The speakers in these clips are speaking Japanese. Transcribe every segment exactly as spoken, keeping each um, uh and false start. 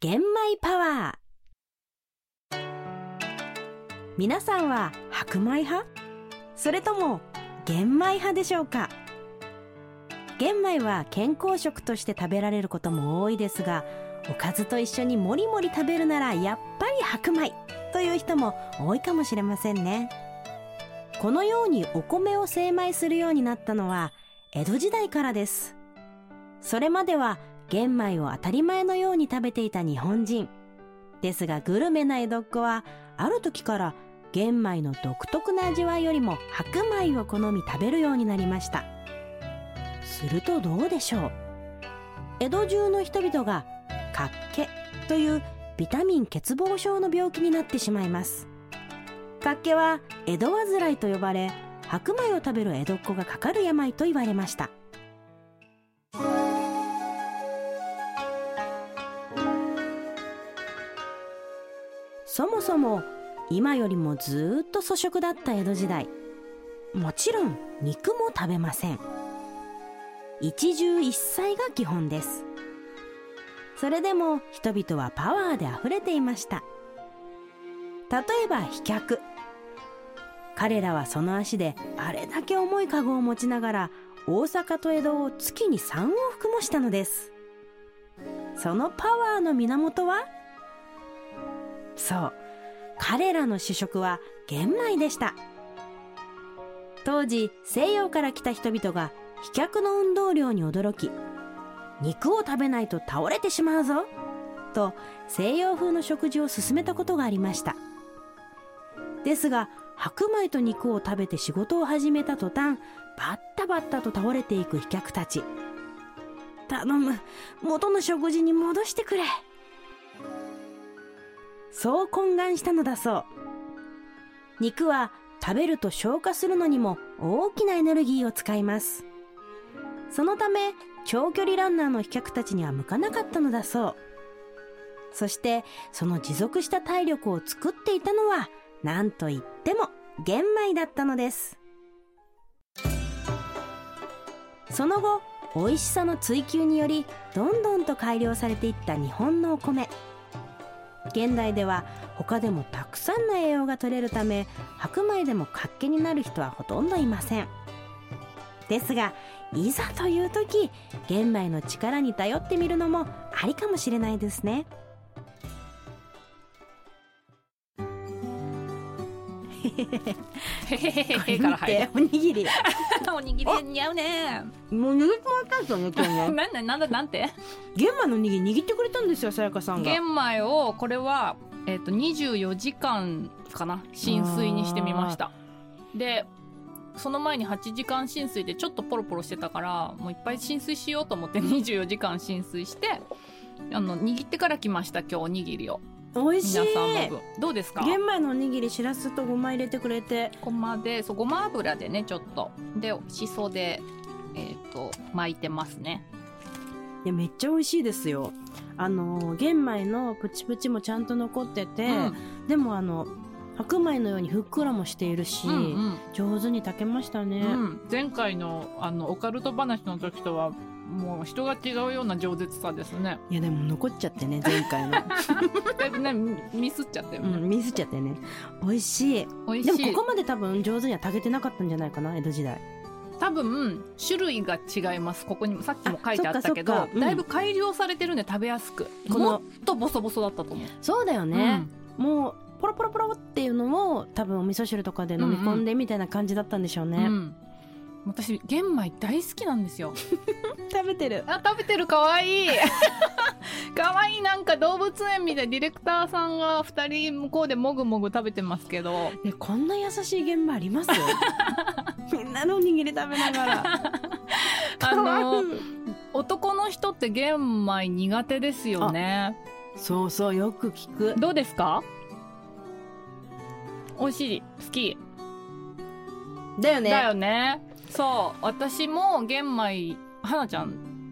玄米パワー。皆さんは白米派？それとも玄米派でしょうか？玄米は健康食として食べられることも多いですが、おかずと一緒にもりもり食べるならやっぱり白米という人も多いかもしれませんね。このようにお米を精米するようになったのは江戸時代からです。それまでは玄米を当たり前のように食べていた日本人ですが、グルメな江戸っ子はある時から玄米の独特な味わいよりも白米を好み食べるようになりました。するとどうでしょう。江戸中の人々が脚気というビタミン欠乏症の病気になってしまいます。脚気は江戸患いと呼ばれ、白米を食べる江戸っ子がかかる病と言われました。そもそも今よりもずっと粗食だった江戸時代、もちろん肉も食べません。一汁一菜が基本です。それでも人々はパワーであふれていました。例えば飛脚。彼らはその足であれだけ重いカゴを持ちながら大阪と江戸を月にさん往復もしたのです。そのパワーの源は、そう、彼らの主食は玄米でした。当時西洋から来た人々が飛脚の運動量に驚き、肉を食べないと倒れてしまうぞと西洋風の食事を勧めたことがありました。ですが白米と肉を食べて仕事を始めた途端、バッタバッタと倒れていく飛脚たち。頼む、元の食事に戻してくれ、そう懇願したのだそう。肉は食べると消化するのにも大きなエネルギーを使います。そのため長距離ランナーの飛脚たちには向かなかったのだそう。そしてその持続した体力を作っていたのは何と言っても玄米だったのです。その後美味しさの追求によりどんどんと改良されていった日本のお米。現代では他でもたくさんの栄養が取れるため、白米でも活気になる人はほとんどいません。ですがいざという時、玄米の力に頼ってみるのもありかもしれないですね。 へへへへへから入る。 おにぎりおにぎり似合うね。 もう握ってもらったんですよね今日ね。 なんだなんだなんて。 玄米のおにぎり握ってくれたんですよ、さやかさんが。 玄米をこれは、えー、とにじゅうよじかんかな、浸水にしてみました。でその前にはちじかん浸水でちょっとポロポロしてたから、もういっぱい浸水しようと思ってにじゅうよじかん浸水して、あの握ってから来ました。今日おにぎりを。 美味しい。 皆さんの分どうですか？ 玄米のおにぎり、しらすとごま入れてくれて、 ごまで、そう、ごま油でね、ちょっとでしそで、えー、と巻いてますね。 いやめっちゃ美味しいですよ。あの玄米のプチプチもちゃんと残ってて、うん、でもあの白米のようにふっくらもしているし、うんうん、上手に炊けましたね。 うん、前回のあのオカルト話の時とはもう人が違うような饒舌さですね。 いやでも残っちゃってね、前回のだいぶねミスっちゃってる、ね、 うん、ミスっちゃってね。美味しい。 美味しい。 でもここまで多分上手には炊けてなかったんじゃないかな、江戸時代。 多分種類が違います。ここにもさっきも書いてあったけど、うん、だいぶ改良されてるんで食べやすく、このもっとボソボソだったと思う。 そうだよね、うん、もうポロポロポロっていうのを多分お味噌汁とかで飲み込んでみたいな感じだったんでしょうね。うんうん、 私玄米大好きなんですよ。 食べてる。 あ、食べてる。かわいいかわいい。なんか動物園みたい。ディレクターさんがふたり向こうでもぐもぐ食べてますけど、 え、こんな優しい玄米ありますみんなのおにぎり食べながらあの男の人って玄米苦手ですよね。 そうそう、よく聞く。 どうですか？おいしい。好きだよね。 だよね。そう、私も玄米、はなちゃん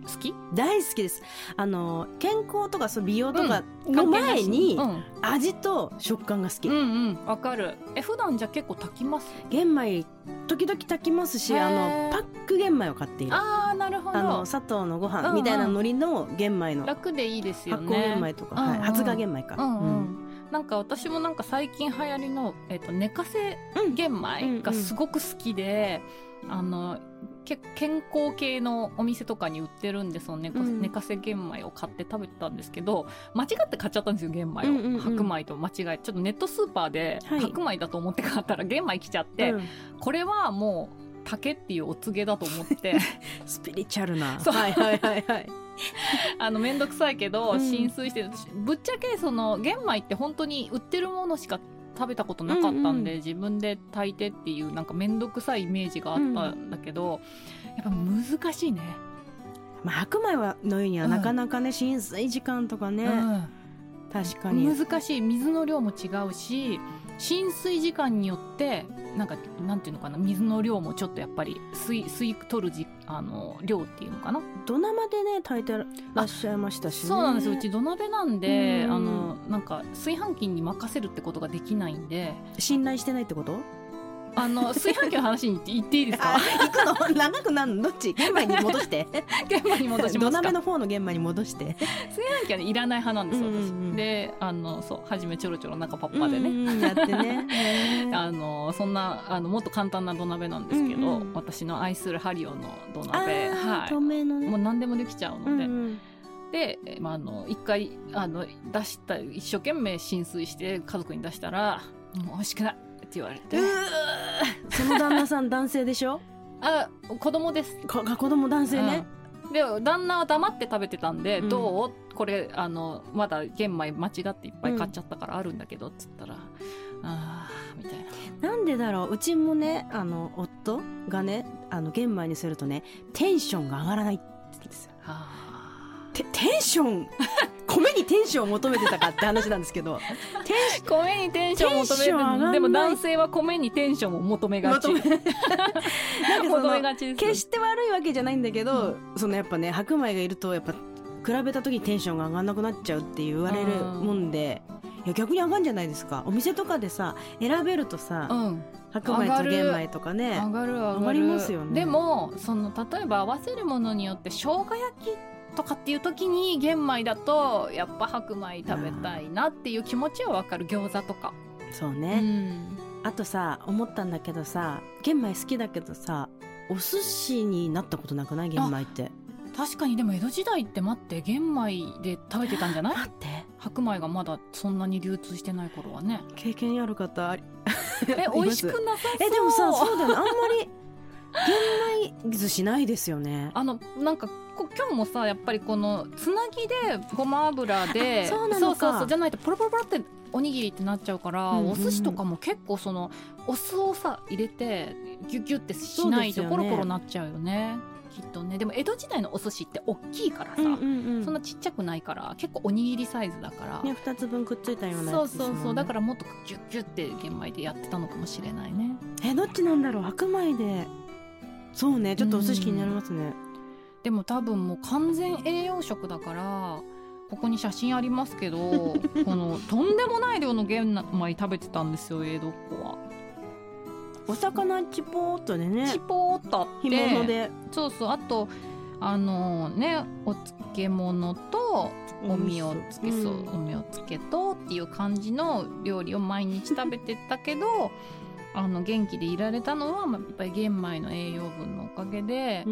好き？ 大好きです。あの健康とかそう美容とかの前に、 うん、 味と食感が好き。 うんうんわかる。え普段じゃ結構炊きます？ 玄米時々炊きますし、あのパック玄米を買っている。 ああなるほど。 あの砂糖のご飯みたいな海苔の玄米の、 楽でいいですよね。 発酵玄米とか、はい、発芽玄米か。 うんうんうんなんか私もなんか最近流行りの、えー、と寝かせ玄米がすごく好きで、うんうんうん、あのけ健康系のお店とかに売ってるんでその寝か、うん、寝かせ玄米を買って食べてたんですけど間違って買っちゃったんですよ玄米を、うんうんうん、白米と間違えちょっとネットスーパーで白米だと思って買ったら玄米来ちゃって、はい、これはもう竹っていうお告げだと思ってスピリチュアルなはいはいはいはいあのめんどくさいけど浸水して、うん、ぶっちゃけその玄米って本当に売ってるものしか食べたことなかったんで、うんうん、自分で炊いてっていうなんかめんどくさいイメージがあったんだけど、うん、やっぱ難しいね、 まあ、白米はのようにはなかなかね、うん、浸水時間とかね、うん、確かに難しい。水の量も違うし浸水時間によってなんかなんていうのかな水の量もちょっとやっぱり吸い吸い取るじあの量っていうのかな。 土鍋でね炊いてらっしゃいましたしね。 そうなんですよ。うち土鍋なんで、あのなんか炊飯器に任せるってことができないんで。 信頼してないってこと？ あの炊飯器の話に言っていいですか？ 行くの長くなるの？どっち？玄米に戻して玄米に戻しますか？ 土鍋の方の玄米に戻して炊飯器は、ね、いらない派なんですよ、うんうん、私であのそう初めちょろちょろなんかパッパでね、 うんうん、やってねあのそんなあのもっと簡単な土鍋なんですけど、うんうん、私の愛するハリオの土鍋、はい、 透明のねもう何でもできちゃうので、うんうんで、 まあ、あの一回あの出した一生懸命浸水して家族に出したらもう美味しくないって言われて、 その旦那さん男性でしょ？ あ、子供です。 こ子供男性ね、 うん、で旦那は黙って食べてたんで、うん、どうこれあのまだ玄米間違っていっぱい買っちゃったからあるんだけどっつったら、うん、あーみたいな。なんでだろう。うちもねあの夫がねあの玄米にするとねテンションが上がらないって言うんですよ。はあテ, テンション米にテンションを求めてたかって話なんですけど米にテンションを求めてでも男性は米にテンションを求めがち求めなんか求めがちです。 決して悪いわけじゃないんだけど、うん、そのやっぱね白米がいるとやっぱ比べた時にテンションが上がんなくなっちゃうって言われるもんで、いや逆に上がるんじゃないですか。お店とかでさ選べるとさ、うん、白米と玄米とかね上がる上がる上がりますよね。 でもその例えば合わせるものによって生姜焼きとかっていう時に玄米だとやっぱ白米食べたいなっていう気持ちは分かる。餃子とかそうね、うん、あとさ思ったんだけどさ玄米好きだけどさお寿司になったことなくない？玄米って確かに。でも江戸時代って待って玄米で食べてたんじゃない？ 待って白米がまだそんなに流通してない頃はね。 経験ある方ありえ美味しくなさそう。 えでもさそうだよねあんまり玄米寿司ないですよね。 あのなんか今日もさやっぱりこのつなぎでごま油でそうなのかそうそうそうじゃないとポロポロポロっておにぎりってなっちゃうから、うんうん、お寿司とかも結構そのお酢をさ入れてギュッギュッってしないとポロポロなっちゃうよねきっとね。でも江戸時代のお寿司って大きいからさ、うんうんうん、そんなちっちゃくないから結構おにぎりサイズだから、 ね、ふたつぶんくっついたようなやつですもんね。そうそうそうだからもっとギュッギュッって玄米でやってたのかもしれないね。 えどっちなんだろう白米で。そうねちょっとお寿司気になりますね、うん、 でも多分もう完全栄養食だからここに写真ありますけどこのとんでもない量の玄米食べてたんですよ江戸っ子は。 お魚チポーっとでねチポーっとあって干物でそうそうあとあのねお漬物とおみをつけそう、うん、おみをつけとっていう感じの料理を毎日食べてたけどあの元気でいられたのは、まあ、やっぱり玄米の栄養分のおかげで、うん、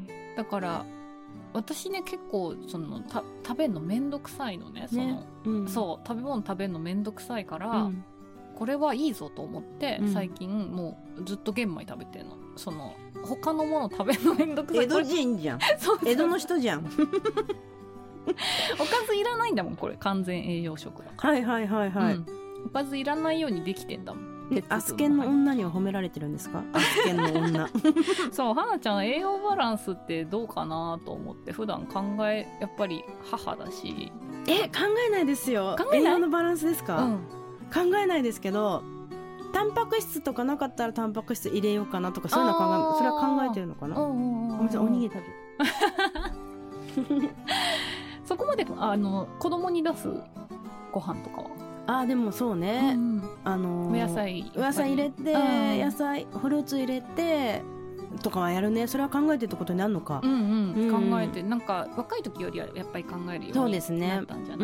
だから私ね結構そのた食べるのめんどくさいの ね, その、ねうん、そう食べ物食べるのめんどくさいから、うん、これはいいぞと思って、うん、最近もうずっと玄米食べてるの。その他のもの食べるのめんどくさい。 江戸人じゃんそう江戸の人じゃんおかずいらないんだもんこれ完全栄養食だからはいはいはいはい、うん、 おかずいらないようにできてんだもん。 アスケンの女には褒められてるんですか？アスケンの女そう花ちゃん栄養バランスってどうかなと思って普段考えやっぱり母だしえ考えないですよ。栄養のバランスですか、うん、考えないですけどタンパク質とかなかったらタンパク質入れようかなとかそういうの考えそれは考えてるのかな。ごめんなさいおにぎり食べるそこまであの子供に出すご飯とかはあでもそうね、 うん、 あのー、 お野菜お野菜入れて、うん、野菜フルーツ入れてとかはやるね。それは考えてってことになるのか。 うんうん、 うん、 考えてなんか若い時よりはやっぱり考えるようになったんじゃない？ そうですね、うんうん、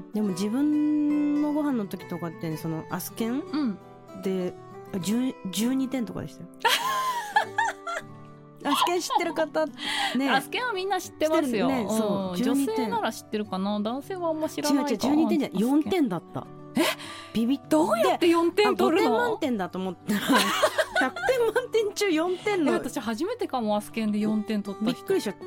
でも自分のご飯の時とかって、ね、そのアスケン、うん、でじゅうにてんとかでしたよアスケン知ってる方ね。 アスケンはみんな知ってますよ、ね、そう、うん、女性なら知ってるかな。男性はあんま知らないか。 違う違う、じゅうにてんじゃない、よんてんだった。 えビビッどうやってよんてん取るの？ ごてん満点だと思ったらひゃくてん満点中よんてんの。 私初めてかもアスケンでよんてん取った人。 びっくりしちゃった。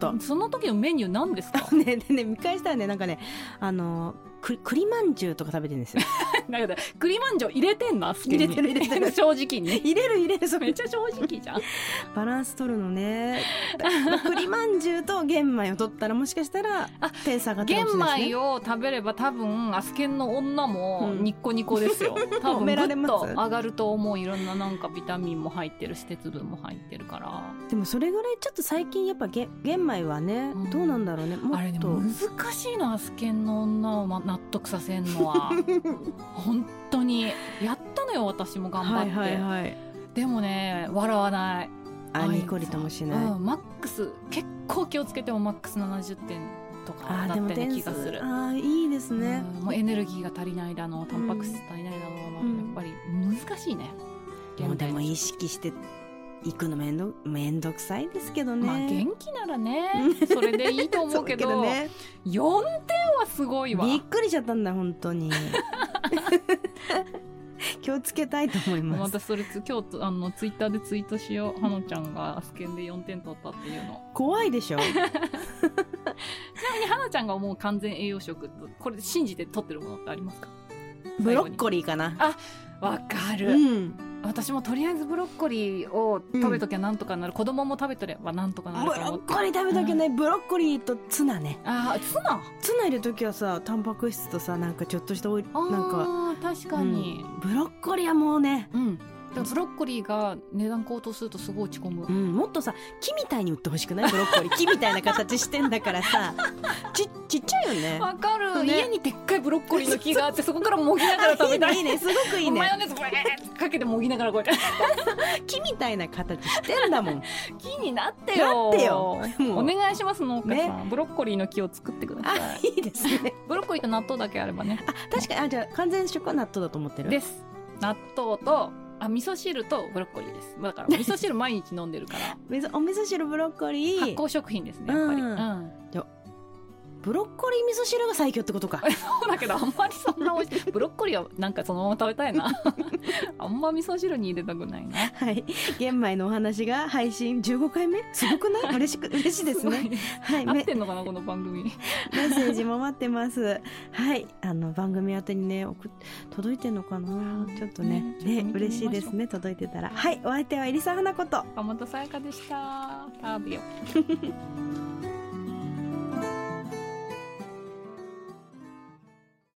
その時のメニュー何ですか？ ねねね、見返したらね、なんかね、あのく栗まんじゅうとか食べてるんですよなんか栗まんじゅう入れてんの？アスケンに入れてる入れてる正直に入れる入れる。 めっちゃ正直じゃんバランス取るのね栗まんじゅうと玄米を取ったら、もしかしたら点差が上がったかもしれないですね。 玄米を食べれば多分アスケンの女もニッコニコですよ、うん、多分グッと上がると思う。いろんななんかビタミンも入ってるし鉄分も入ってるから。 でもそれぐらいちょっと最近やっぱ玄米はね、うん、どうなんだろうね。もっとあれね、難しいのアスケンの女を納得させんのは本当にやったのよ、私も頑張って、はいはいはい、でもね笑わない。 あニコリともしない、 うん、マックス結構気をつけてもマックスななじゅってんとかだったような気がする。 あーいいですね、 うん、もうエネルギーが足りないだのタンパク質足りないだの、うん、やっぱり難しいね。 もうでも意識して行くのめんどめんどくさいですけどね。 まあ元気ならねそれでいいと思うけどね、よんてんはすごいわ。 びっくりしちゃったんだ本当に気をつけたいと思います。 私それ今日あのツイッターでツイートしよう。はのちゃんがアスケンでよんてん取ったっていうの怖いでしょちなみにはなちゃんがもう完全栄養食とこれ信じて取ってるものってありますか？ ブロッコリーかな。 あわかる、うん、私もとりあえずブロッコリーを食べときゃなんとかなる、うん、子供も食べとればなんとかなると思って。 ブロッコリー食べときゃね、うん、ブロッコリーとツナね。 あツナツナ入れるときはさ、タンパク質とさ、なんかちょっとしたオイルなんか確かに、 うん、ブロッコリーはもうね、 うんでもブロッコリーが値段高騰するとすごい落ち込む、 うん、もっとさ木みたいに売ってほしくない？ブロッコリー木みたいな形してんだからさち, ちっちゃいよね。 わかる、ね、家にでっかいブロッコリーの木があってそこからもぎながら食べたい。 いいねいいね、すごくいいね。 マヨネーズブエーかけてもぎながらこうやって木みたいな形してんだもん木になってよ。 なってよお願いします農家さん、ね、ブロッコリーの木を作ってください。 あいいですねブロッコリーと納豆だけあればね。 あ確かに。あじゃあ完全食は納豆だと思ってるです。納豆とあ味噌汁とブロッコリーです。だから味噌汁毎日飲んでるからお味噌汁ブロッコリー発酵食品ですねやっぱり、うんうん、 じゃブロッコリー味噌汁が最強ってことかそうだけどあんまりそんな美味しいブロッコリーはなんかそのまま食べたいなあんま味噌汁に入れたくないな。 はい玄米のお話が配信じゅうごかいめすごくない？嬉しく嬉しいですね。 はい、合ってんのかなこの番組メッセージも待ってます。はいあの番組宛てにね送届いてんのかなちょっとねね嬉しいですね届いてたら。はいお相手は入澤花子と鎌田沙耶香でした。タービオ